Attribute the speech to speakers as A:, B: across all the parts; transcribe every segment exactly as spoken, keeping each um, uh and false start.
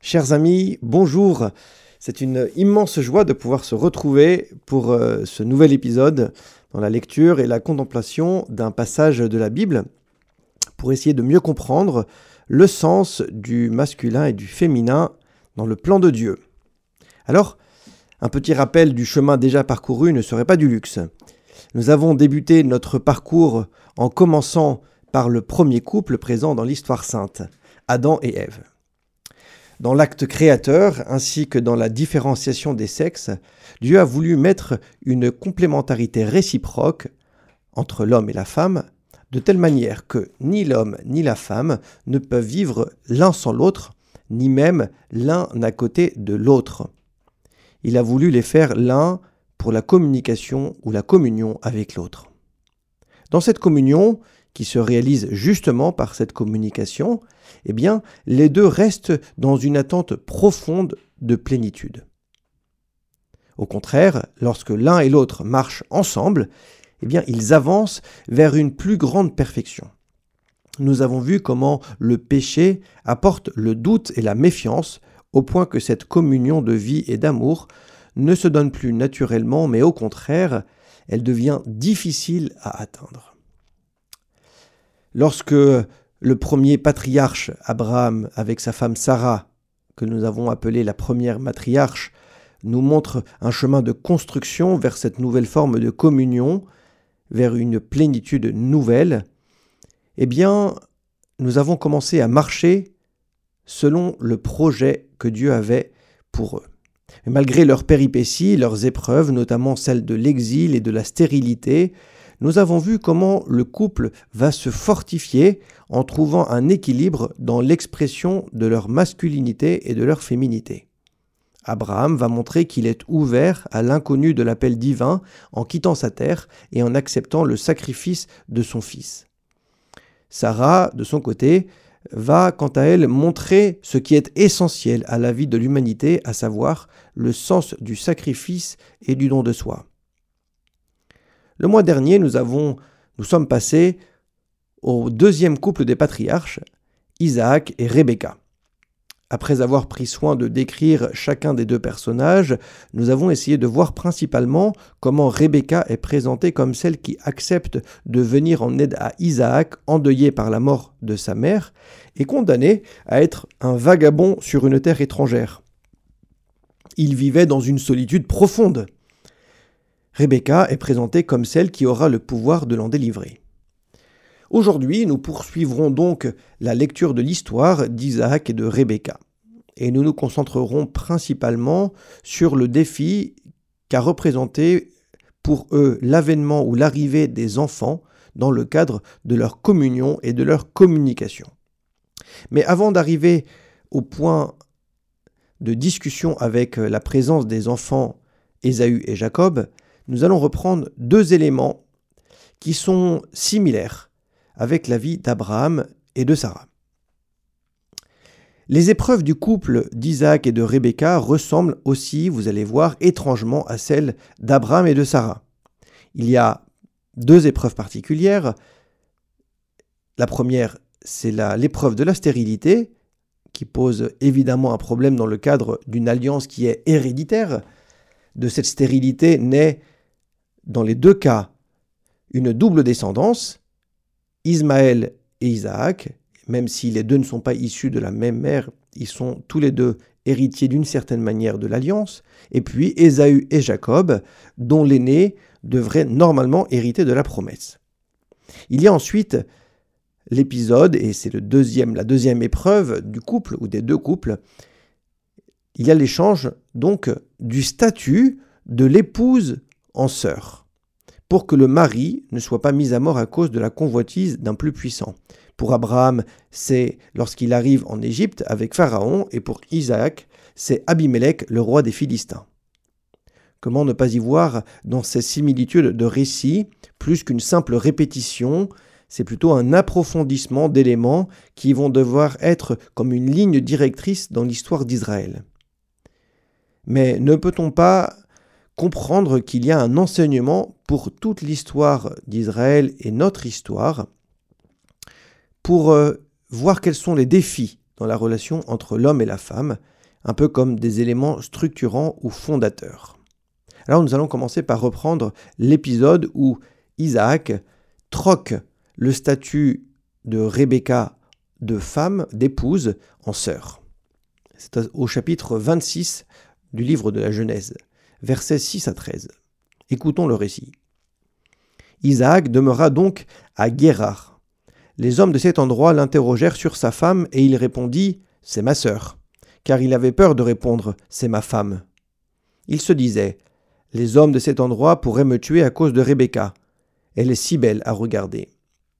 A: Chers amis, bonjour. C'est une immense joie de pouvoir se retrouver pour euh, ce nouvel épisode dans la lecture et la contemplation d'un passage de la Bible pour essayer de mieux comprendre le sens du masculin et du féminin dans le plan de Dieu. Alors, un petit rappel du chemin déjà parcouru ne serait pas du luxe. Nous avons débuté notre parcours en commençant par le premier couple présent dans l'histoire sainte, Adam et Ève. Dans l'acte créateur, ainsi que dans la différenciation des sexes, Dieu a voulu mettre une complémentarité réciproque entre l'homme et la femme, de telle manière que ni l'homme ni la femme ne peuvent vivre l'un sans l'autre, ni même l'un à côté de l'autre. Il a voulu les faire l'un pour la communication ou la communion avec l'autre. Dans cette communion, qui se réalise justement par cette communication, eh bien, les deux restent dans une attente profonde de plénitude. Au contraire, lorsque l'un et l'autre marchent ensemble, eh bien, ils avancent vers une plus grande perfection. Nous avons vu comment le péché apporte le doute et la méfiance, au point que cette communion de vie et d'amour ne se donne plus naturellement, mais au contraire, elle devient difficile à atteindre. Lorsque le premier patriarche, Abraham, avec sa femme Sarah, que nous avons appelée la première matriarche, nous montre un chemin de construction vers cette nouvelle forme de communion, vers une plénitude nouvelle, eh bien, nous avons commencé à marcher selon le projet que Dieu avait pour eux. Mais malgré leurs péripéties, leurs épreuves, notamment celles de l'exil et de la stérilité, nous avons vu comment le couple va se fortifier en trouvant un équilibre dans l'expression de leur masculinité et de leur féminité. Abraham va montrer qu'il est ouvert à l'inconnu de l'appel divin en quittant sa terre et en acceptant le sacrifice de son fils. Sarah, de son côté, va quant à elle montrer ce qui est essentiel à la vie de l'humanité, à savoir le sens du sacrifice et du don de soi. Le mois dernier, nous, avons, nous sommes passés au deuxième couple des patriarches, Isaac et Rebecca. Après avoir pris soin de décrire chacun des deux personnages, nous avons essayé de voir principalement comment Rebecca est présentée comme celle qui accepte de venir en aide à Isaac, endeuillé par la mort de sa mère, et condamné à être un vagabond sur une terre étrangère. Il vivait dans une solitude profonde. Rebecca est présentée comme celle qui aura le pouvoir de l'en délivrer. Aujourd'hui, nous poursuivrons donc la lecture de l'histoire d'Isaac et de Rebecca. Et nous nous concentrerons principalement sur le défi qu'a représenté pour eux l'avènement ou l'arrivée des enfants dans le cadre de leur communion et de leur communication. Mais avant d'arriver au point de discussion avec la présence des enfants Ésaü et Jacob, nous allons reprendre deux éléments qui sont similaires avec la vie d'Abraham et de Sarah. Les épreuves du couple d'Isaac et de Rebecca ressemblent aussi, vous allez voir, étrangement à celles d'Abraham et de Sarah. Il y a deux épreuves particulières. La première, c'est la, l'épreuve de la stérilité, qui pose évidemment un problème dans le cadre d'une alliance qui est héréditaire. De cette stérilité naît, dans les deux cas, une double descendance, Ismaël et Isaac, même si les deux ne sont pas issus de la même mère, ils sont tous les deux héritiers d'une certaine manière de l'alliance, et puis Ésaü et Jacob, dont l'aîné devrait normalement hériter de la promesse. Il y a ensuite l'épisode, et c'est le deuxième, la deuxième épreuve du couple, ou des deux couples, il y a l'échange donc du statut de l'épouse en sœur, pour que le mari ne soit pas mis à mort à cause de la convoitise d'un plus puissant. Pour Abraham, c'est lorsqu'il arrive en Égypte avec Pharaon, et pour Isaac, c'est Abimélec, le roi des Philistins. Comment ne pas y voir dans ces similitudes de récits, plus qu'une simple répétition, c'est plutôt un approfondissement d'éléments qui vont devoir être comme une ligne directrice dans l'histoire d'Israël. Mais ne peut-on pas comprendre qu'il y a un enseignement pour toute l'histoire d'Israël et notre histoire, pour euh, voir quels sont les défis dans la relation entre l'homme et la femme, un peu comme des éléments structurants ou fondateurs. Alors nous allons commencer par reprendre l'épisode où Isaac troque le statut de Rebecca de femme, d'épouse, en sœur. C'est au chapitre vingt-six du livre de la Genèse, versets six à treize. Écoutons le récit. Isaac demeura donc à Guérar. Les hommes de cet endroit l'interrogèrent sur sa femme et il répondit « C'est ma sœur », car il avait peur de répondre « C'est ma femme ». Il se disait « Les hommes de cet endroit pourraient me tuer à cause de Rebecca. Elle est si belle à regarder. »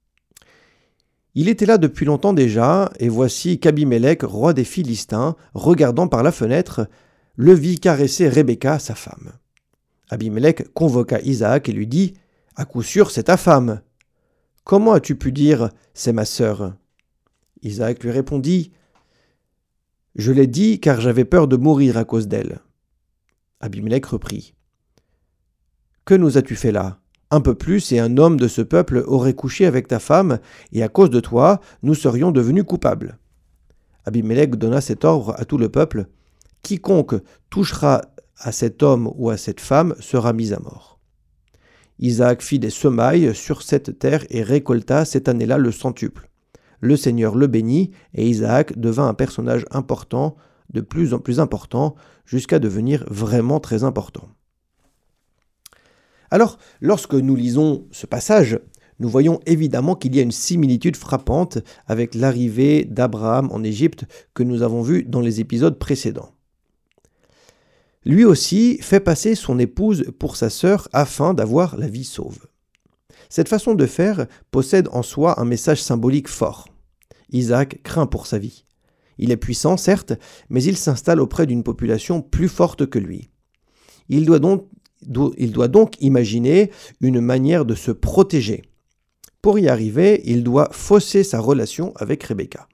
A: Il était là depuis longtemps déjà, et voici qu'Abimélec, roi des Philistins, regardant par la fenêtre, le vit caresser Rebecca, sa femme. Abimélec convoqua Isaac et lui dit « À coup sûr, c'est ta femme. Comment as-tu pu dire « C'est ma sœur » ?» Isaac lui répondit « Je l'ai dit car j'avais peur de mourir à cause d'elle. » Abimélec reprit « Que nous as-tu fait là ? Un peu plus et un homme de ce peuple aurait couché avec ta femme, et à cause de toi, nous serions devenus coupables. » Abimélec donna cet ordre à tout le peuple. « Quiconque touchera à cet homme ou à cette femme sera mis à mort. » Isaac fit des semailles sur cette terre et récolta cette année-là le centuple. Le Seigneur le bénit, et Isaac devint un personnage important, de plus en plus important, jusqu'à devenir vraiment très important. Alors, lorsque nous lisons ce passage, nous voyons évidemment qu'il y a une similitude frappante avec l'arrivée d'Abraham en Égypte que nous avons vu dans les épisodes précédents. Lui aussi fait passer son épouse pour sa sœur afin d'avoir la vie sauve. Cette façon de faire possède en soi un message symbolique fort. Isaac craint pour sa vie. Il est puissant, certes, mais il s'installe auprès d'une population plus forte que lui. Il doit donc Il doit donc imaginer une manière de se protéger. Pour y arriver, il doit fausser sa relation avec Rebecca.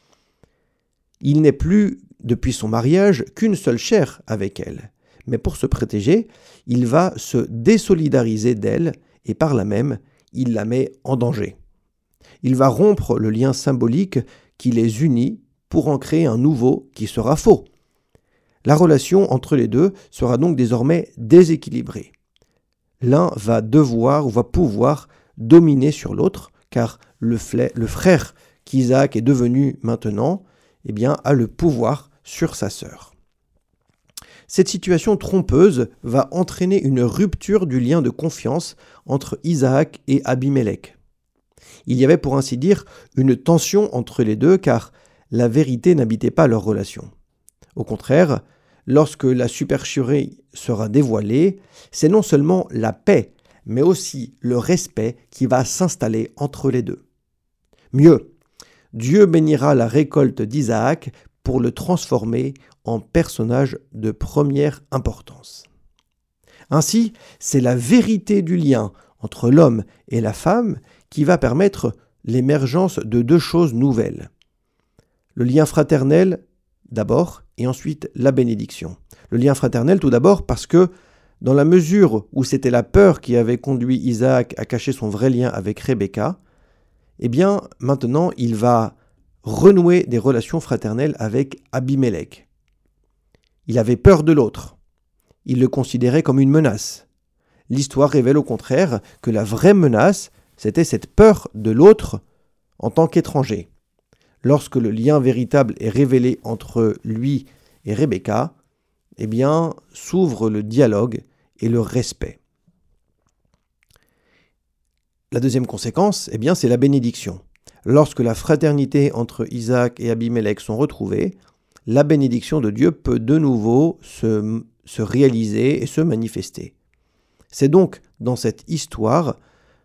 A: Il n'est plus, depuis son mariage, qu'une seule chair avec elle. Mais pour se protéger, il va se désolidariser d'elle et par là même, il la met en danger. Il va rompre le lien symbolique qui les unit pour en créer un nouveau qui sera faux. La relation entre les deux sera donc désormais déséquilibrée. L'un va devoir ou va pouvoir dominer sur l'autre, car le, fla- le frère qu'Isaac est devenu maintenant, eh bien, a le pouvoir sur sa sœur. Cette situation trompeuse va entraîner une rupture du lien de confiance entre Isaac et Abimélec. Il y avait pour ainsi dire une tension entre les deux, car la vérité n'habitait pas leur relation. Au contraire, lorsque la supercherie sera dévoilée, c'est non seulement la paix, mais aussi le respect qui va s'installer entre les deux. Mieux, Dieu bénira la récolte d'Isaac pour le transformer en personnage de première importance. Ainsi, c'est la vérité du lien entre l'homme et la femme qui va permettre l'émergence de deux choses nouvelles. Le lien fraternel d'abord, et ensuite la bénédiction. Le lien fraternel tout d'abord parce que dans la mesure où c'était la peur qui avait conduit Isaac à cacher son vrai lien avec Rebecca, eh bien maintenant il va renouer des relations fraternelles avec Abimélec. Il avait peur de l'autre. Il le considérait comme une menace. L'histoire révèle au contraire que la vraie menace, c'était cette peur de l'autre en tant qu'étranger. Lorsque le lien véritable est révélé entre lui et Rebecca, eh bien, s'ouvre le dialogue et le respect. La deuxième conséquence, eh bien, c'est la bénédiction. Lorsque la fraternité entre Isaac et Abimélec sont retrouvées, la bénédiction de Dieu peut de nouveau se, se réaliser et se manifester. C'est donc dans cette histoire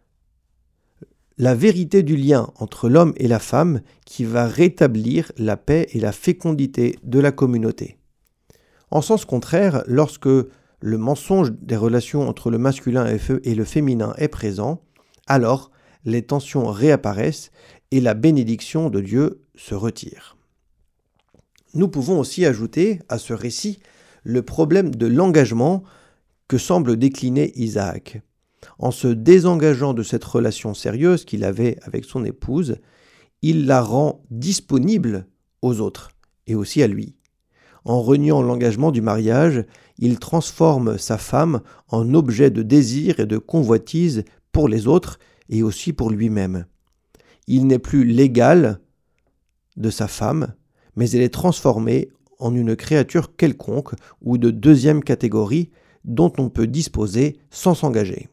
A: la vérité du lien entre l'homme et la femme qui va rétablir la paix et la fécondité de la communauté. En sens contraire, lorsque le mensonge des relations entre le masculin et le féminin est présent, alors les tensions réapparaissent et la bénédiction de Dieu se retire. Nous pouvons aussi ajouter à ce récit le problème de l'engagement que semble décliner Isaac. En se désengageant de cette relation sérieuse qu'il avait avec son épouse, il la rend disponible aux autres, et aussi à lui. En reniant l'engagement du mariage, il transforme sa femme en objet de désir et de convoitise pour les autres et aussi pour lui-même. Il n'est plus l'égal de sa femme, mais elle est transformée en une créature quelconque ou de deuxième catégorie dont on peut disposer sans s'engager.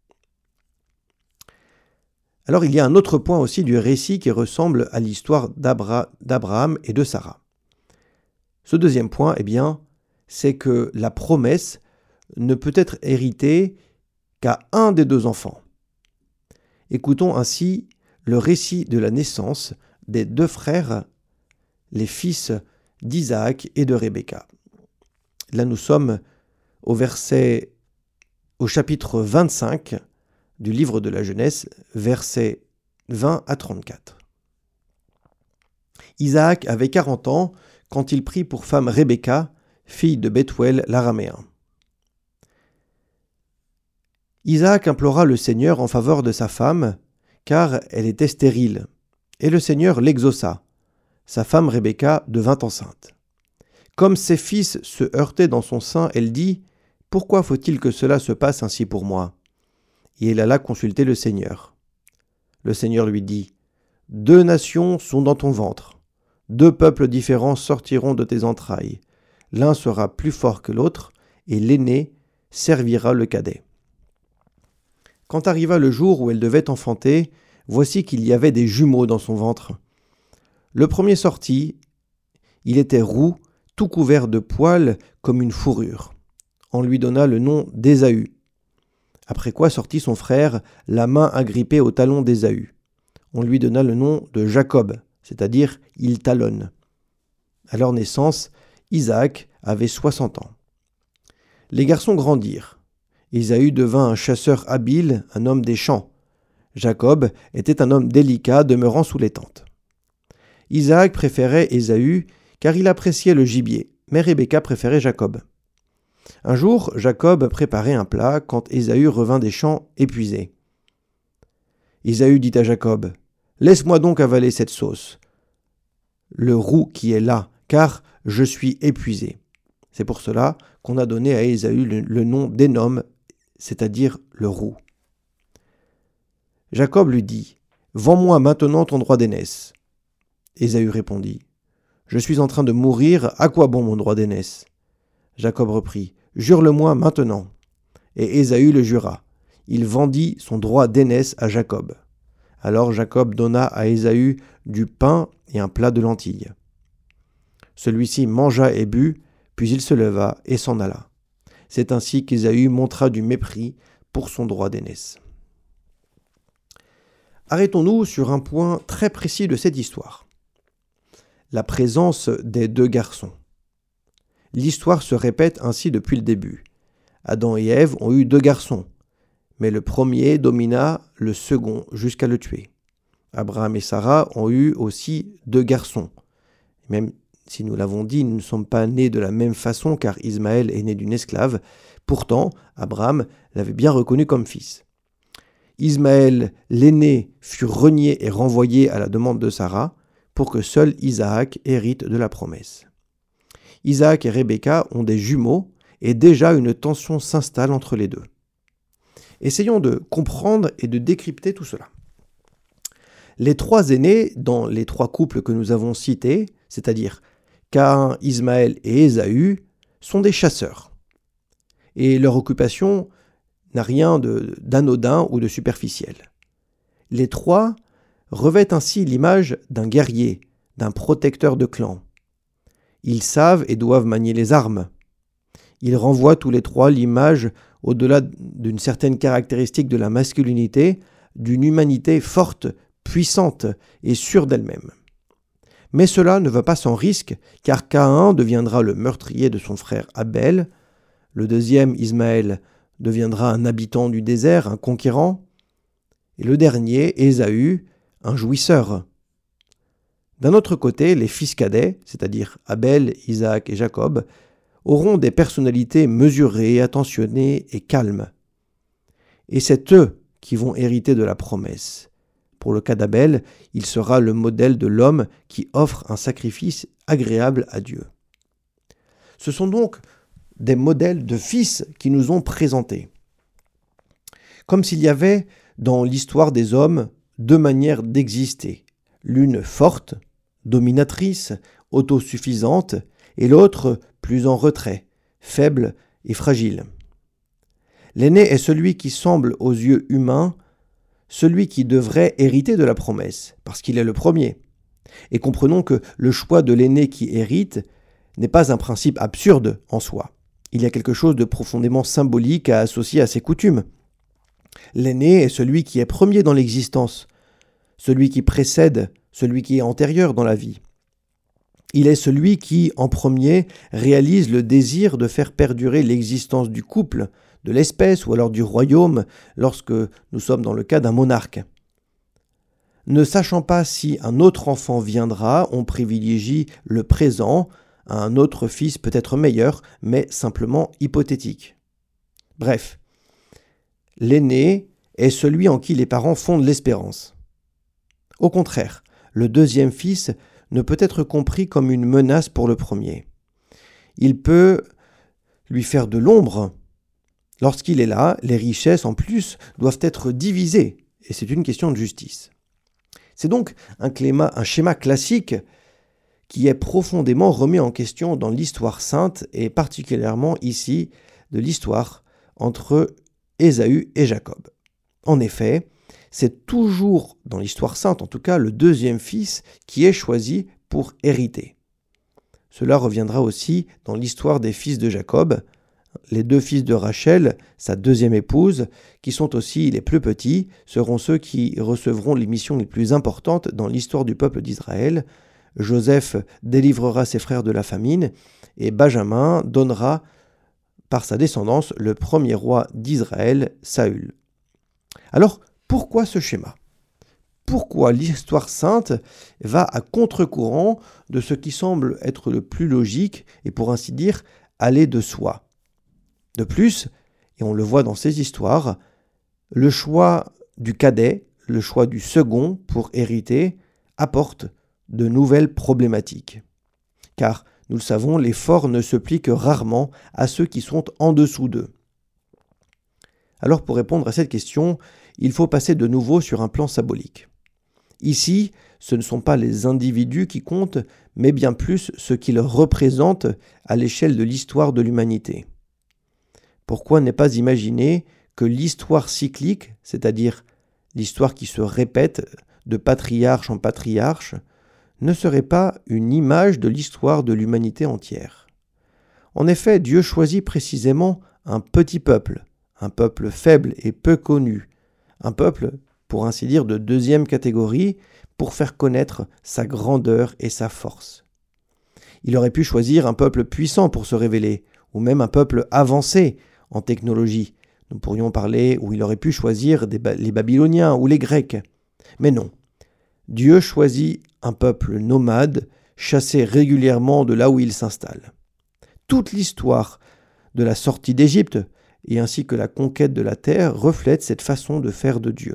A: Alors il y a un autre point aussi du récit qui ressemble à l'histoire d'Abra- d'Abraham et de Sarah. Ce deuxième point, eh bien, c'est que la promesse ne peut être héritée qu'à un des deux enfants. Écoutons ainsi le récit de la naissance des deux frères, les fils d'Isaac et de Rebecca. Là, nous sommes au verset, au chapitre vingt-cinq du livre de la Genèse, versets vingt à trente-quatre. Isaac avait quarante ans quand il prit pour femme Rebecca, fille de Bethuel l'araméen. Isaac implora le Seigneur en faveur de sa femme, car elle était stérile, et le Seigneur l'exauça. Sa femme Rebecca devint enceinte. Comme ses fils se heurtaient dans son sein, elle dit « Pourquoi faut-il que cela se passe ainsi pour moi ?» Et elle alla consulter le Seigneur. Le Seigneur lui dit « Deux nations sont dans ton ventre. Deux peuples différents sortiront de tes entrailles. L'un sera plus fort que l'autre, et l'aîné servira le cadet. » Quand arriva le jour où elle devait enfanter, voici qu'il y avait des jumeaux dans son ventre. Le premier sortit, il était roux, tout couvert de poils comme une fourrure. On lui donna le nom d'Ésaü. Après quoi sortit son frère, la main agrippée au talon d'Ésaü. On lui donna le nom de Jacob, c'est-à-dire il talonne. À leur naissance, Isaac avait soixante ans. Les garçons grandirent. Ésaü devint un chasseur habile, un homme des champs. Jacob était un homme délicat demeurant sous les tentes. Isaac préférait Ésaü car il appréciait le gibier, mais Rebecca préférait Jacob. Un jour, Jacob préparait un plat quand Ésaü revint des champs épuisé. Ésaü dit à Jacob, « Laisse-moi donc avaler cette sauce, le roux qui est là, car je suis épuisé. » C'est pour cela qu'on a donné à Ésaü le, le nom d'Énom, c'est-à-dire le roux. Jacob lui dit, « Vends-moi maintenant ton droit d'aînesse. » Ésaü répondit, « Je suis en train de mourir, à quoi bon mon droit d'aînesse ?» Jacob reprit, « Jure-le-moi maintenant. » Et Ésaü le jura. Il vendit son droit d'aînesse à Jacob. Alors Jacob donna à Ésaü du pain et un plat de lentilles. Celui-ci mangea et but, puis il se leva et s'en alla. C'est ainsi qu'Ésaü montra du mépris pour son droit d'aînesse. Arrêtons-nous sur un point très précis de cette histoire. La présence des deux garçons. L'histoire se répète ainsi depuis le début. Adam et Ève ont eu deux garçons, mais le premier domina le second jusqu'à le tuer. Abraham et Sarah ont eu aussi deux garçons. Même si nous l'avons dit, nous ne sommes pas nés de la même façon car Ismaël est né d'une esclave. Pourtant, Abraham l'avait bien reconnu comme fils. Ismaël, l'aîné, fut renié et renvoyé à la demande de Sarah pour que seul Isaac hérite de la promesse. Isaac et Rebecca ont des jumeaux et déjà une tension s'installe entre les deux. Essayons de comprendre et de décrypter tout cela. Les trois aînés dans les trois couples que nous avons cités, c'est-à-dire Caïn, Ismaël et Ésaü, sont des chasseurs. Et leur occupation n'a rien de, d'anodin ou de superficiel. Les trois revêtent ainsi l'image d'un guerrier, d'un protecteur de clan. Ils savent et doivent manier les armes. Ils renvoient tous les trois l'image, au-delà d'une certaine caractéristique de la masculinité, d'une humanité forte, puissante et sûre d'elle-même. Mais cela ne va pas sans risque, car Caïn deviendra le meurtrier de son frère Abel, le deuxième, Ismaël, deviendra un habitant du désert, un conquérant, et le dernier, Ésaü, un jouisseur. D'un autre côté, les fils cadets, c'est-à-dire Abel, Isaac et Jacob, auront des personnalités mesurées, attentionnées et calmes. Et c'est eux qui vont hériter de la promesse, Pour le cas d'Abel, il sera le modèle de l'homme qui offre un sacrifice agréable à Dieu. Ce sont donc des modèles de fils qui nous ont présentés. Comme s'il y avait dans l'histoire des hommes deux manières d'exister. L'une forte, dominatrice, autosuffisante, et l'autre plus en retrait, faible et fragile. L'aîné est celui qui semble aux yeux humains celui qui devrait hériter de la promesse, parce qu'il est le premier. Et comprenons que le choix de l'aîné qui hérite n'est pas un principe absurde en soi. Il y a quelque chose de profondément symbolique à associer à ses coutumes. L'aîné est celui qui est premier dans l'existence, celui qui précède, celui qui est antérieur dans la vie. Il est celui qui, en premier, réalise le désir de faire perdurer l'existence du couple, de l'espèce ou alors du royaume, lorsque nous sommes dans le cas d'un monarque. Ne sachant pas si un autre enfant viendra, on privilégie le présent, un autre fils peut-être meilleur, mais simplement hypothétique. Bref, l'aîné est celui en qui les parents fondent l'espérance. Au contraire, le deuxième fils ne peut être compris comme une menace pour le premier. Il peut lui faire de l'ombre. Lorsqu'il est là, les richesses en plus doivent être divisées, et c'est une question de justice. C'est donc un, cléma, un schéma classique qui est profondément remis en question dans l'histoire sainte, et particulièrement ici de l'histoire entre Ésaü et Jacob. En effet, c'est toujours, dans l'histoire sainte en tout cas, le deuxième fils qui est choisi pour hériter. Cela reviendra aussi dans l'histoire des fils de Jacob, les deux fils de Rachel, sa deuxième épouse, qui sont aussi les plus petits, seront ceux qui recevront les missions les plus importantes dans l'histoire du peuple d'Israël. Joseph délivrera ses frères de la famine et Benjamin donnera par sa descendance le premier roi d'Israël, Saül. Alors, pourquoi ce schéma ? Pourquoi l'histoire sainte va à contre-courant de ce qui semble être le plus logique et pour ainsi dire aller de soi ? De plus, et on le voit dans ces histoires, le choix du cadet, le choix du second pour hériter, apporte de nouvelles problématiques. Car, nous le savons, les forts ne se plient que rarement à ceux qui sont en dessous d'eux. Alors pour répondre à cette question, il faut passer de nouveau sur un plan symbolique. Ici, ce ne sont pas les individus qui comptent, mais bien plus ce qu'ils représentent à l'échelle de l'histoire de l'humanité. Pourquoi ne pas imaginer que l'histoire cyclique, c'est-à-dire l'histoire qui se répète de patriarche en patriarche, ne serait pas une image de l'histoire de l'humanité entière ? En effet, Dieu choisit précisément un petit peuple, un peuple faible et peu connu, un peuple, pour ainsi dire, de deuxième catégorie, pour faire connaître sa grandeur et sa force. Il aurait pu choisir un peuple puissant pour se révéler, ou même un peuple avancé en technologie. Nous pourrions parler, ou il aurait pu choisir des, les Babyloniens ou les Grecs. Mais non. Dieu choisit un peuple nomade, chassé régulièrement de là où il s'installe. Toute l'histoire de la sortie d'Égypte, et ainsi que la conquête de la terre, reflète cette façon de faire de Dieu.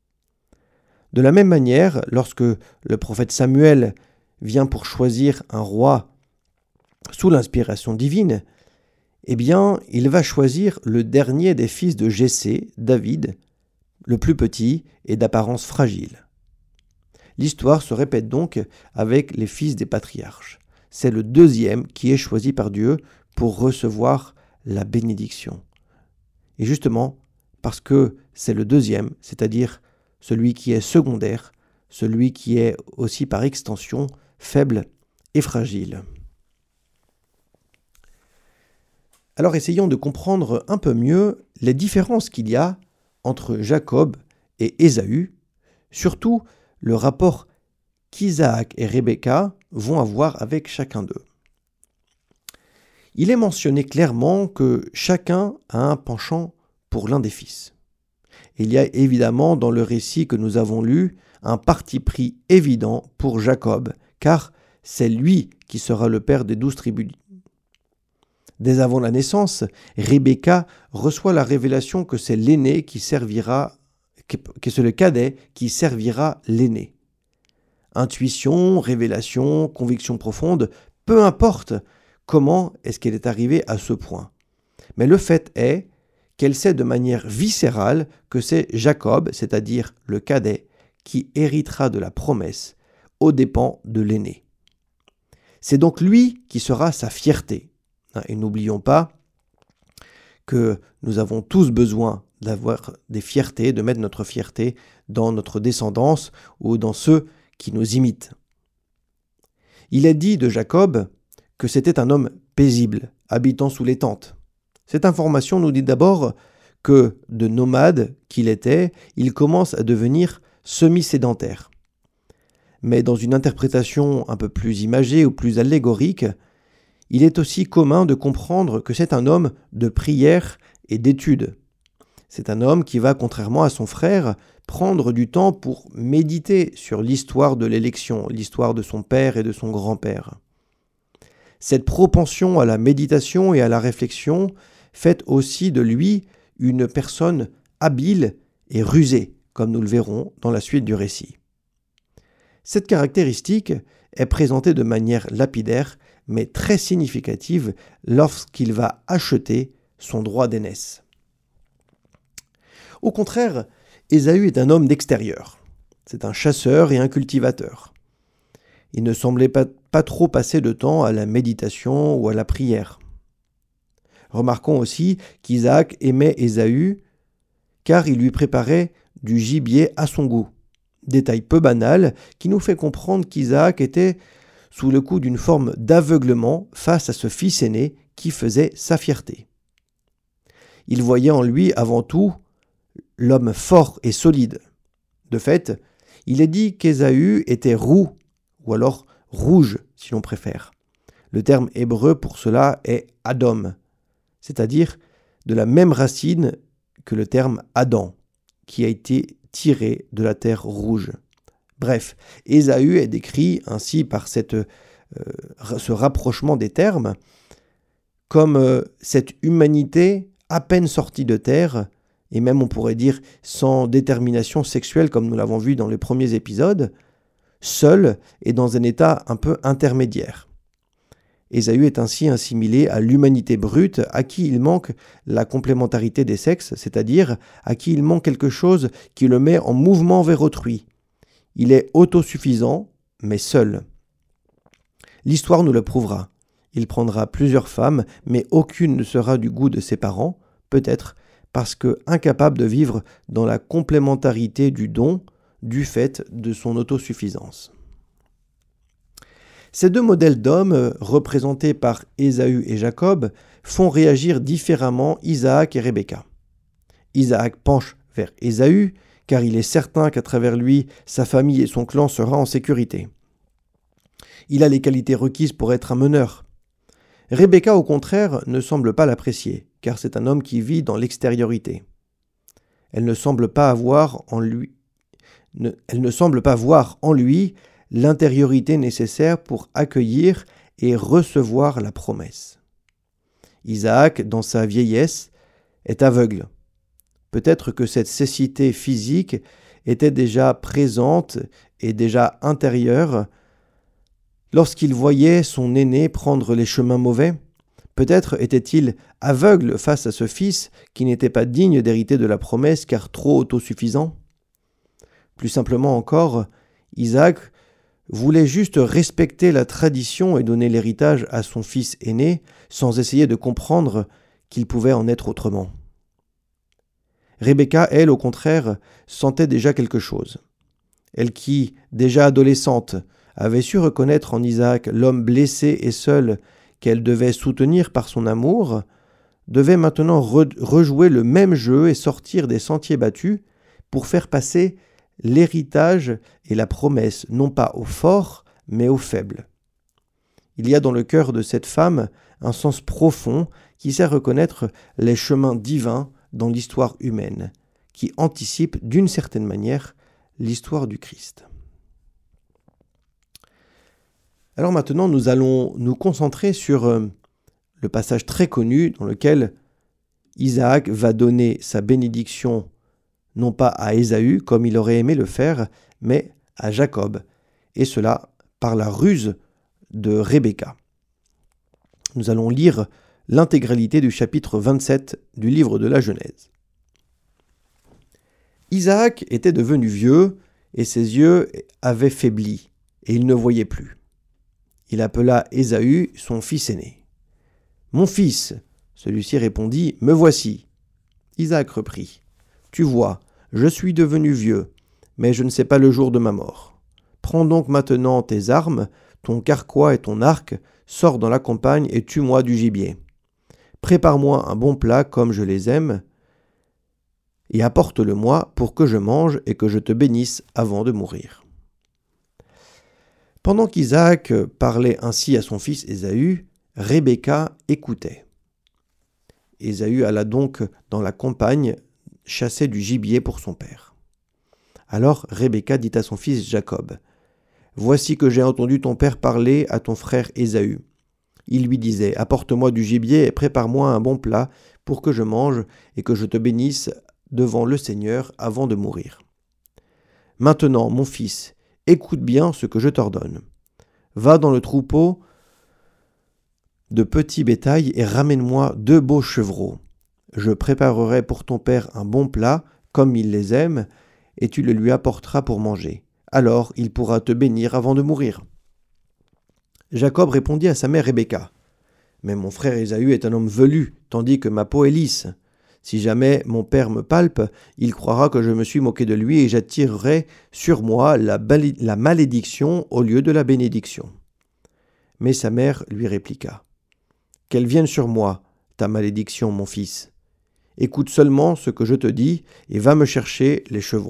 A: De la même manière, lorsque le prophète Samuel vient pour choisir un roi sous l'inspiration divine, eh bien, il va choisir le dernier des fils de Jessé, David, le plus petit et d'apparence fragile. L'histoire se répète donc avec les fils des patriarches. C'est le deuxième qui est choisi par Dieu pour recevoir la bénédiction. Et justement, parce que c'est le deuxième, c'est-à-dire celui qui est secondaire, celui qui est aussi par extension faible et fragile. Alors essayons de comprendre un peu mieux les différences qu'il y a entre Jacob et Ésaü, surtout le rapport qu'Isaac et Rebecca vont avoir avec chacun d'eux. Il est mentionné clairement que chacun a un penchant pour l'un des fils. Il y a évidemment dans le récit que nous avons lu un parti pris évident pour Jacob, car c'est lui qui sera le père des douze tribus. Dès avant la naissance, Rebecca reçoit la révélation que c'est l'aîné qui servira, que c'est le cadet qui servira l'aîné. Intuition, révélation, conviction profonde, peu importe comment est-ce qu'elle est arrivée à ce point. Mais le fait est qu'elle sait de manière viscérale que c'est Jacob, c'est-à-dire le cadet, qui héritera de la promesse aux dépens de l'aîné. C'est donc lui qui sera sa fierté. Et n'oublions pas que nous avons tous besoin d'avoir des fiertés, de mettre notre fierté dans notre descendance ou dans ceux qui nous imitent. Il est dit de Jacob que c'était un homme paisible, habitant sous les tentes. Cette information nous dit d'abord que, de nomade qu'il était, il commence à devenir semi-sédentaire. Mais dans une interprétation un peu plus imagée ou plus allégorique, il est aussi commun de comprendre que c'est un homme de prière et d'étude. C'est un homme qui va, contrairement à son frère, prendre du temps pour méditer sur l'histoire de l'élection, l'histoire de son père et de son grand-père. Cette propension à la méditation et à la réflexion fait aussi de lui une personne habile et rusée, comme nous le verrons dans la suite du récit. Cette caractéristique est présentée de manière lapidaire, mais très significative lorsqu'il va acheter son droit d'aînesse. Au contraire, Ésaü est un homme d'extérieur. C'est un chasseur et un cultivateur. Il ne semblait pas, pas trop passer de temps à la méditation ou à la prière. Remarquons aussi qu'Isaac aimait Ésaü car il lui préparait du gibier à son goût. Détail peu banal qui nous fait comprendre qu'Isaac était sous le coup d'une forme d'aveuglement face à ce fils aîné qui faisait sa fierté. Il voyait en lui avant tout l'homme fort et solide. De fait, il est dit qu'Ésaü était roux, ou alors rouge si l'on préfère. Le terme hébreu pour cela est Adom, c'est-à-dire de la même racine que le terme Adam, qui a été tiré de la terre rouge. Bref, Ésaü est décrit ainsi par cette, euh, ce rapprochement des termes comme euh, cette humanité à peine sortie de terre, et même on pourrait dire sans détermination sexuelle comme nous l'avons vu dans les premiers épisodes, seul et dans un état un peu intermédiaire. Ésaü est ainsi assimilé à l'humanité brute à qui il manque la complémentarité des sexes, c'est-à-dire à qui il manque quelque chose qui le met en mouvement vers autrui. Il est autosuffisant, mais seul. L'histoire nous le prouvera. Il prendra plusieurs femmes, mais aucune ne sera du goût de ses parents, peut-être parce que incapable de vivre dans la complémentarité du don du fait de son autosuffisance. Ces deux modèles d'hommes, représentés par Ésaü et Jacob, font réagir différemment Isaac et Rebecca. Isaac penche vers Ésaü, car il est certain qu'à travers lui, sa famille et son clan seront en sécurité. Il a les qualités requises pour être un meneur. Rebecca, au contraire, ne semble pas l'apprécier, car c'est un homme qui vit dans l'extériorité. Elle ne semble pas avoir en lui, ne, elle ne semble pas voir en lui l'intériorité nécessaire pour accueillir et recevoir la promesse. Isaac, dans sa vieillesse, est aveugle. Peut-être que cette cécité physique était déjà présente et déjà intérieure lorsqu'il voyait son aîné prendre les chemins mauvais. Peut-être était-il aveugle face à ce fils qui n'était pas digne d'hériter de la promesse car trop autosuffisant. Plus simplement encore, Isaac voulait juste respecter la tradition et donner l'héritage à son fils aîné sans essayer de comprendre qu'il pouvait en être autrement. Rebecca, elle, au contraire, sentait déjà quelque chose. Elle qui, déjà adolescente, avait su reconnaître en Isaac l'homme blessé et seul qu'elle devait soutenir par son amour, devait maintenant re- rejouer le même jeu et sortir des sentiers battus pour faire passer l'héritage et la promesse non pas aux forts, mais aux faibles. Il y a dans le cœur de cette femme un sens profond qui sait reconnaître les chemins divins dans l'histoire humaine, qui anticipe d'une certaine manière l'histoire du Christ. Alors maintenant, nous allons nous concentrer sur euh, le passage très connu dans lequel Isaac va donner sa bénédiction non pas à Ésaü comme il aurait aimé le faire, mais à Jacob, et cela par la ruse de Rebecca. Nous allons lire l'intégralité du chapitre vingt-sept du livre de la Genèse. Isaac était devenu vieux, et ses yeux avaient faibli, et il ne voyait plus. Il appela Ésaü, son fils aîné. « Mon fils !» Celui-ci répondit, « Me voici. » Isaac reprit, « Tu vois, je suis devenu vieux, mais je ne sais pas le jour de ma mort. Prends donc maintenant tes armes, ton carquois et ton arc, sors dans la campagne et tue-moi du gibier. Prépare-moi un bon plat comme je les aime, et apporte-le-moi pour que je mange et que je te bénisse avant de mourir. » Pendant qu'Isaac parlait ainsi à son fils Ésaü, Rebecca écoutait. Ésaü alla donc dans la campagne chasser du gibier pour son père. Alors Rebecca dit à son fils Jacob, « Voici que j'ai entendu ton père parler à ton frère Ésaü. Il lui disait, apporte-moi du gibier et prépare-moi un bon plat pour que je mange et que je te bénisse devant le Seigneur avant de mourir. Maintenant, mon fils, écoute bien ce que je t'ordonne. Va dans le troupeau de petits bétail et ramène-moi deux beaux chevreaux. Je préparerai pour ton père un bon plat, comme il les aime, et tu le lui apporteras pour manger. Alors il pourra te bénir avant de mourir. » Jacob répondit à sa mère Rebecca, « Mais mon frère Ésaü est un homme velu, tandis que ma peau est lisse. Si jamais mon père me palpe, il croira que je me suis moqué de lui et j'attirerai sur moi la, bali- la malédiction au lieu de la bénédiction. » Mais sa mère lui répliqua, « Qu'elle vienne sur moi, ta malédiction, mon fils. Écoute seulement ce que je te dis et va me chercher les chevreaux. »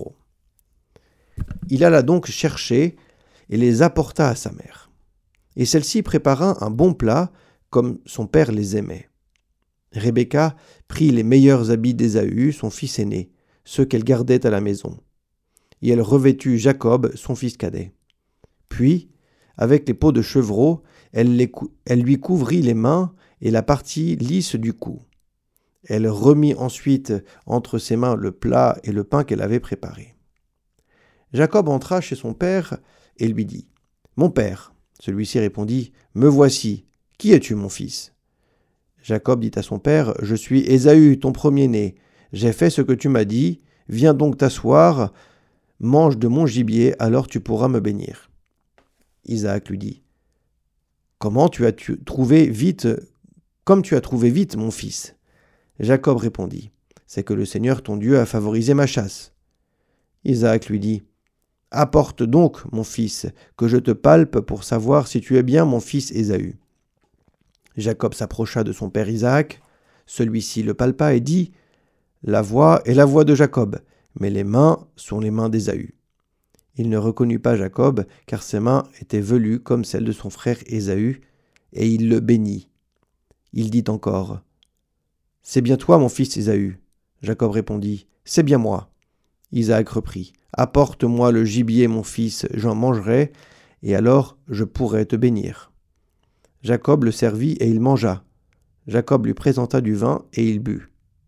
A: Il alla donc chercher et les apporta à sa mère. Et celle-ci prépara un bon plat comme son père les aimait. Rebecca prit les meilleurs habits d'Ésaü, son fils aîné, ceux qu'elle gardait à la maison. Et elle revêtut Jacob, son fils cadet. Puis, avec les peaux de chevreau, elle, les cou- elle lui couvrit les mains et la partie lisse du cou. Elle remit ensuite entre ses mains le plat et le pain qu'elle avait préparé. Jacob entra chez son père et lui dit, « Mon père !» Celui-ci répondit, « Me voici. Qui es-tu, mon fils ?» Jacob dit à son père, « Je suis Ésaü, ton premier-né. J'ai fait ce que tu m'as dit. Viens donc t'asseoir, mange de mon gibier, alors tu pourras me bénir. » Isaac lui dit, « Comment tu as tu trouvé vite, comme tu as trouvé vite, mon fils ?» Jacob répondit, « C'est que le Seigneur ton Dieu a favorisé ma chasse. » Isaac lui dit, « Apporte donc, mon fils, que je te palpe pour savoir si tu es bien mon fils Ésaü. » Jacob s'approcha de son père Isaac. Celui-ci le palpa et dit, « La voix est la voix de Jacob, mais les mains sont les mains d'Ésaü. » Il ne reconnut pas Jacob, car ses mains étaient velues comme celles de son frère Ésaü, et il le bénit. Il dit encore, « C'est bien toi, mon fils Ésaü. » Jacob répondit, « C'est bien moi. » Isaac reprit, « Apporte-moi le gibier, mon fils, j'en mangerai, et alors je pourrai te bénir. » Jacob le servit et il mangea. Jacob lui présenta du vin et il but.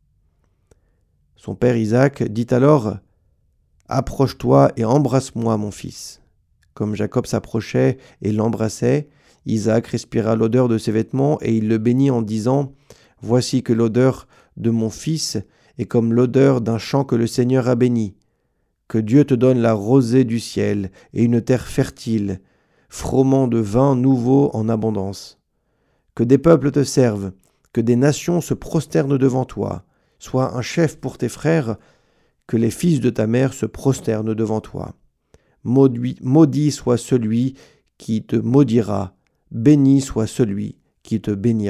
A: Son père Isaac dit alors, « Approche-toi et embrasse-moi, mon fils. » Comme Jacob s'approchait et l'embrassait, Isaac respira l'odeur de ses vêtements et il le bénit en disant, « Voici que l'odeur de mon fils est comme l'odeur d'un champ que le Seigneur a béni. Que Dieu te donne la rosée du ciel et une terre fertile, frômant de vin nouveau en abondance. Que des peuples te servent, que des nations se prosternent devant toi. Sois un chef pour tes frères, que les fils de ta mère se prosternent devant toi. Maudit, maudit soit celui qui te maudira, béni soit celui qui te bénira. »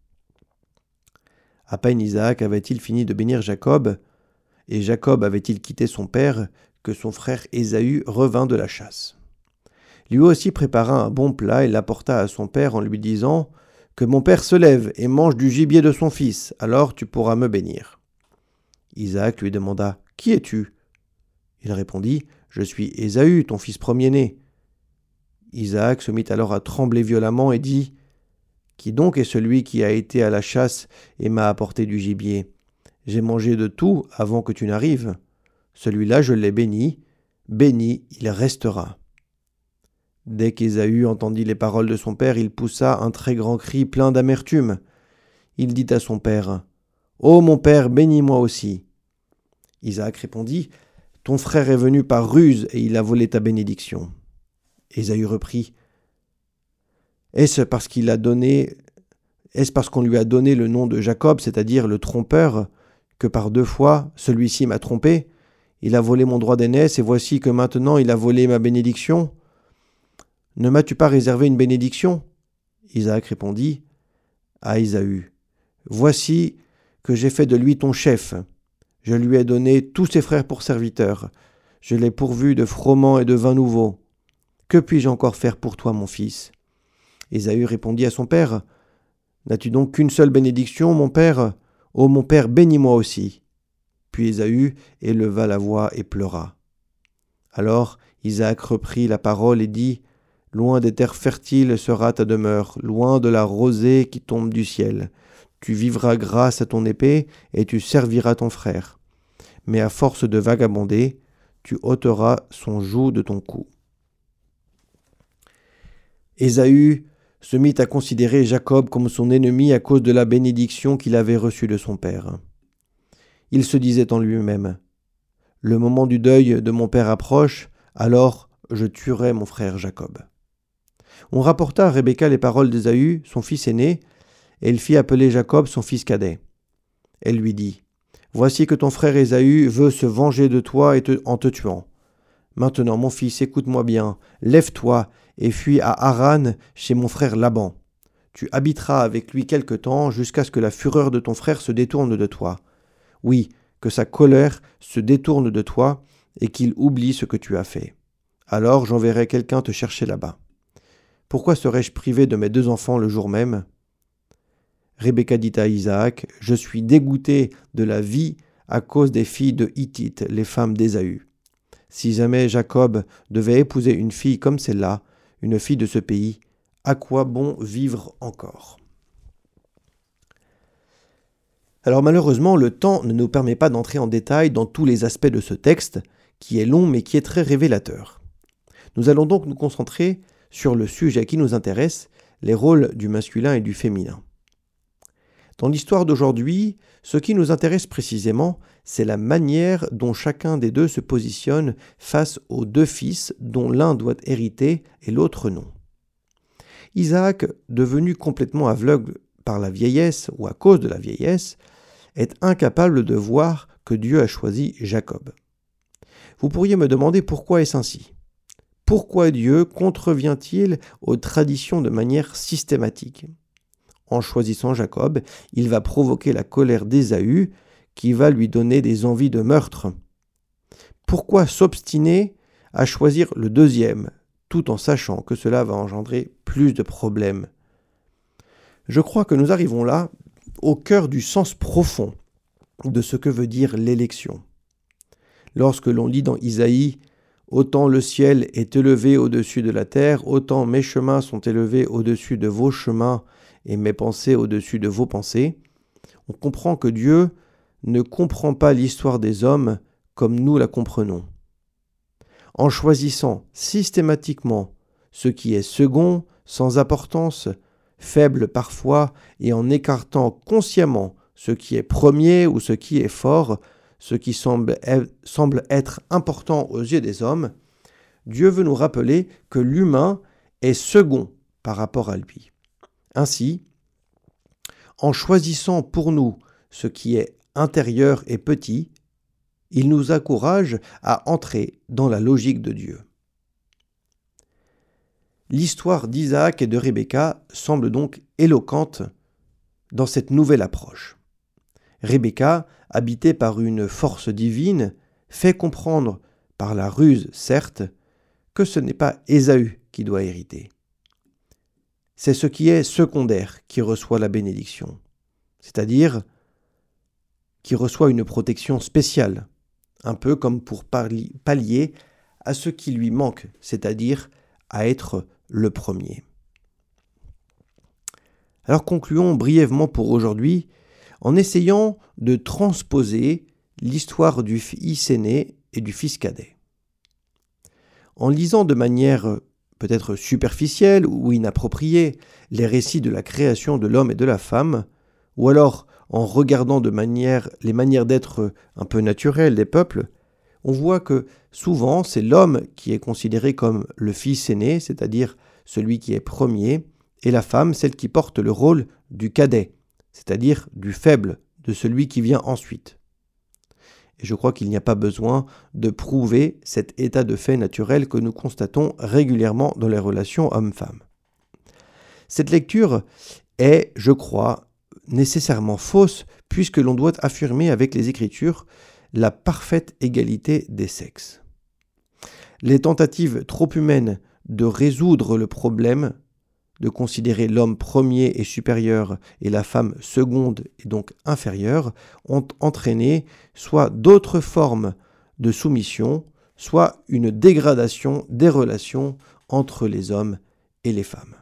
A: À peine Isaac avait-il fini de bénir Jacob, et Jacob avait-il quitté son père, que son frère Ésaü revint de la chasse. Lui aussi prépara un bon plat et l'apporta à son père en lui disant « Que mon père se lève et mange du gibier de son fils, alors tu pourras me bénir. » Isaac lui demanda « Qui es-tu » Il répondit « Je suis Ésaü, ton fils premier-né. » Isaac se mit alors à trembler violemment et dit « Qui donc est celui qui a été à la chasse et m'a apporté du gibier ? J'ai mangé de tout avant que tu n'arrives. » celui-là je l'ai béni, béni il restera. » Dès qu'Ésaü entendit les paroles de son père, il poussa un très grand cri plein d'amertume. Il dit à son père, « Ô mon père, bénis-moi aussi. » Isaac répondit, « Ton frère est venu par ruse et il a volé ta bénédiction. » Ésaü reprit, « Est-ce parce qu'il a donné, est-ce parce qu'on lui a donné le nom de Jacob, c'est-à-dire le trompeur, que par deux fois celui-ci m'a trompé? Il a volé mon droit d'aînesse et voici que maintenant il a volé ma bénédiction. Ne m'as-tu pas réservé une bénédiction ?» Isaac répondit à Ésaü, « Voici que j'ai fait de lui ton chef. Je lui ai donné tous ses frères pour serviteurs. Je l'ai pourvu de froment et de vin nouveau. Que puis-je encore faire pour toi, mon fils ?» Ésaü répondit à son père, « N'as-tu donc qu'une seule bénédiction, mon père? Ô mon père, bénis-moi aussi. » Puis Ésaü éleva la voix et pleura. Alors Isaac reprit la parole et dit, « Loin des terres fertiles sera ta demeure, loin de la rosée qui tombe du ciel. Tu vivras grâce à ton épée et tu serviras ton frère. Mais à force de vagabonder, tu ôteras son joug de ton cou. » Ésaü se mit à considérer Jacob comme son ennemi à cause de la bénédiction qu'il avait reçue de son père. Il se disait en lui-même, « Le moment du deuil de mon père approche, alors je tuerai mon frère Jacob. » On rapporta à Rebecca les paroles d'Ésaü, son fils aîné, et elle fit appeler Jacob, son fils cadet. Elle lui dit, « Voici que ton frère Ésaü veut se venger de toi et te, en te tuant. Maintenant, mon fils, écoute-moi bien, lève-toi et fuis à Haran chez mon frère Laban. Tu habiteras avec lui quelque temps jusqu'à ce que la fureur de ton frère se détourne de toi. Oui, que sa colère se détourne de toi et qu'il oublie ce que tu as fait. Alors j'enverrai quelqu'un te chercher là-bas. Pourquoi serais-je privé de mes deux enfants le jour même ?» Rebecca dit à Isaac, « Je suis dégoûtée de la vie à cause des filles de Hittites, les femmes d'Ésaü. Si jamais Jacob devait épouser une fille comme celle-là, une fille de ce pays, à quoi bon vivre encore ?» Alors malheureusement, le temps ne nous permet pas d'entrer en détail dans tous les aspects de ce texte, qui est long mais qui est très révélateur. Nous allons donc nous concentrer sur le sujet qui nous intéresse, les rôles du masculin et du féminin. Dans l'histoire d'aujourd'hui, ce qui nous intéresse précisément, c'est la manière dont chacun des deux se positionne face aux deux fils dont l'un doit hériter et l'autre non. Isaac, devenu complètement aveugle par la vieillesse ou à cause de la vieillesse, est incapable de voir que Dieu a choisi Jacob. Vous pourriez me demander pourquoi est-ce ainsi ? Pourquoi Dieu contrevient-il aux traditions de manière systématique ? En choisissant Jacob, il va provoquer la colère d'Ésaü qui va lui donner des envies de meurtre. Pourquoi s'obstiner à choisir le deuxième, tout en sachant que cela va engendrer plus de problèmes ? Je crois que nous arrivons là au cœur du sens profond de ce que veut dire l'élection. Lorsque l'on lit dans Isaïe « Autant le ciel est élevé au-dessus de la terre, autant mes chemins sont élevés au-dessus de vos chemins et mes pensées au-dessus de vos pensées », on comprend que Dieu ne comprend pas l'histoire des hommes comme nous la comprenons. En choisissant systématiquement ce qui est second, sans importance, faible parfois, et en écartant consciemment ce qui est premier ou ce qui est fort, ce qui semble, semble être important aux yeux des hommes, Dieu veut nous rappeler que l'humain est second par rapport à lui. Ainsi, en choisissant pour nous ce qui est intérieur et petit, il nous encourage à entrer dans la logique de Dieu. L'histoire d'Isaac et de Rebecca semble donc éloquente dans cette nouvelle approche. Rebecca, habitée par une force divine, fait comprendre, par la ruse certes, que ce n'est pas Ésaü qui doit hériter. C'est ce qui est secondaire qui reçoit la bénédiction, c'est-à-dire qui reçoit une protection spéciale, un peu comme pour pallier à ce qui lui manque, c'est-à-dire à être le premier. Alors concluons brièvement pour aujourd'hui en essayant de transposer l'histoire du fils aîné et du fils cadet. En lisant de manière peut-être superficielle ou inappropriée les récits de la création de l'homme et de la femme, ou alors en regardant de manière les manières d'être un peu naturelles des peuples, on voit que souvent c'est l'homme qui est considéré comme le fils aîné, c'est-à-dire celui qui est premier, et la femme celle qui porte le rôle du cadet, c'est-à-dire du faible, de celui qui vient ensuite. Et je crois qu'il n'y a pas besoin de prouver cet état de fait naturel que nous constatons régulièrement dans les relations hommes-femmes. Cette lecture est, je crois, nécessairement fausse, puisque l'on doit affirmer avec les Écritures la parfaite égalité des sexes. Les tentatives trop humaines de résoudre le problème, de considérer l'homme premier et supérieur et la femme seconde et donc inférieure, ont entraîné soit d'autres formes de soumission, soit une dégradation des relations entre les hommes et les femmes.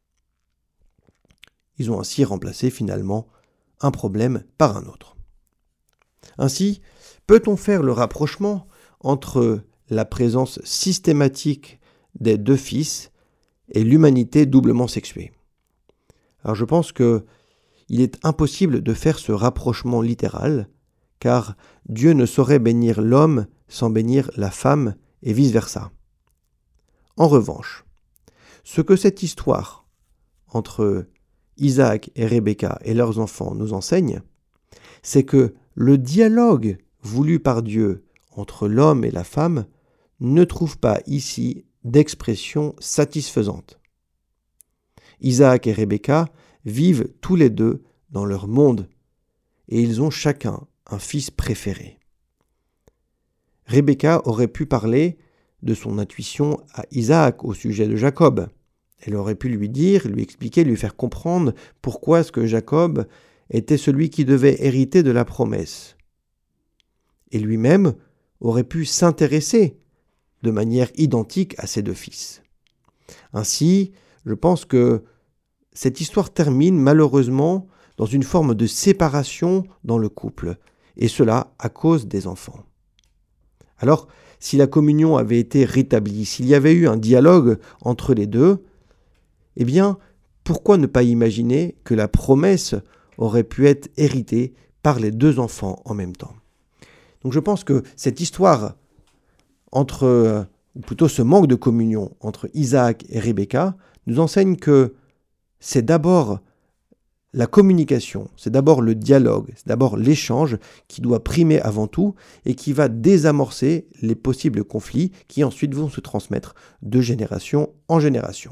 A: Ils ont ainsi remplacé finalement un problème par un autre. Ainsi, peut-on faire le rapprochement entre la présence systématique des deux fils et l'humanité doublement sexuée? Alors je pense que il est impossible de faire ce rapprochement littéral, car Dieu ne saurait bénir l'homme sans bénir la femme et vice-versa. En revanche, ce que cette histoire entre Isaac et Rebecca et leurs enfants nous enseigne, c'est que le dialogue voulu par Dieu entre l'homme et la femme ne trouve pas ici d'expression satisfaisante. Isaac et Rebecca vivent tous les deux dans leur monde et ils ont chacun un fils préféré. Rebecca aurait pu parler de son intuition à Isaac au sujet de Jacob. Elle aurait pu lui dire, lui expliquer, lui faire comprendre pourquoi est-ce que Jacob était celui qui devait hériter de la promesse. Et lui-même aurait pu s'intéresser de manière identique à ses deux fils. Ainsi, je pense que cette histoire termine malheureusement dans une forme de séparation dans le couple, et cela à cause des enfants. Alors, si la communion avait été rétablie, s'il y avait eu un dialogue entre les deux, eh bien, pourquoi ne pas imaginer que la promesse aurait pu être héritée par les deux enfants en même temps? Donc je pense que cette histoire entre, ou plutôt ce manque de communion entre Isaac et Rebecca, nous enseigne que c'est d'abord la communication, c'est d'abord le dialogue, c'est d'abord l'échange qui doit primer avant tout et qui va désamorcer les possibles conflits qui ensuite vont se transmettre de génération en génération.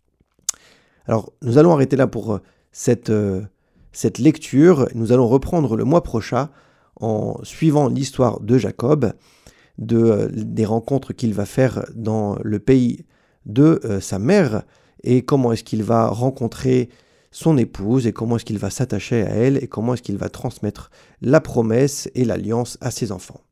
A: Alors, nous allons arrêter là pour cette, euh, cette lecture. Nous allons reprendre le mois prochain en suivant l'histoire de Jacob, de, euh, des rencontres qu'il va faire dans le pays de euh, sa mère et comment est-ce qu'il va rencontrer son épouse et comment est-ce qu'il va s'attacher à elle et comment est-ce qu'il va transmettre la promesse et l'alliance à ses enfants.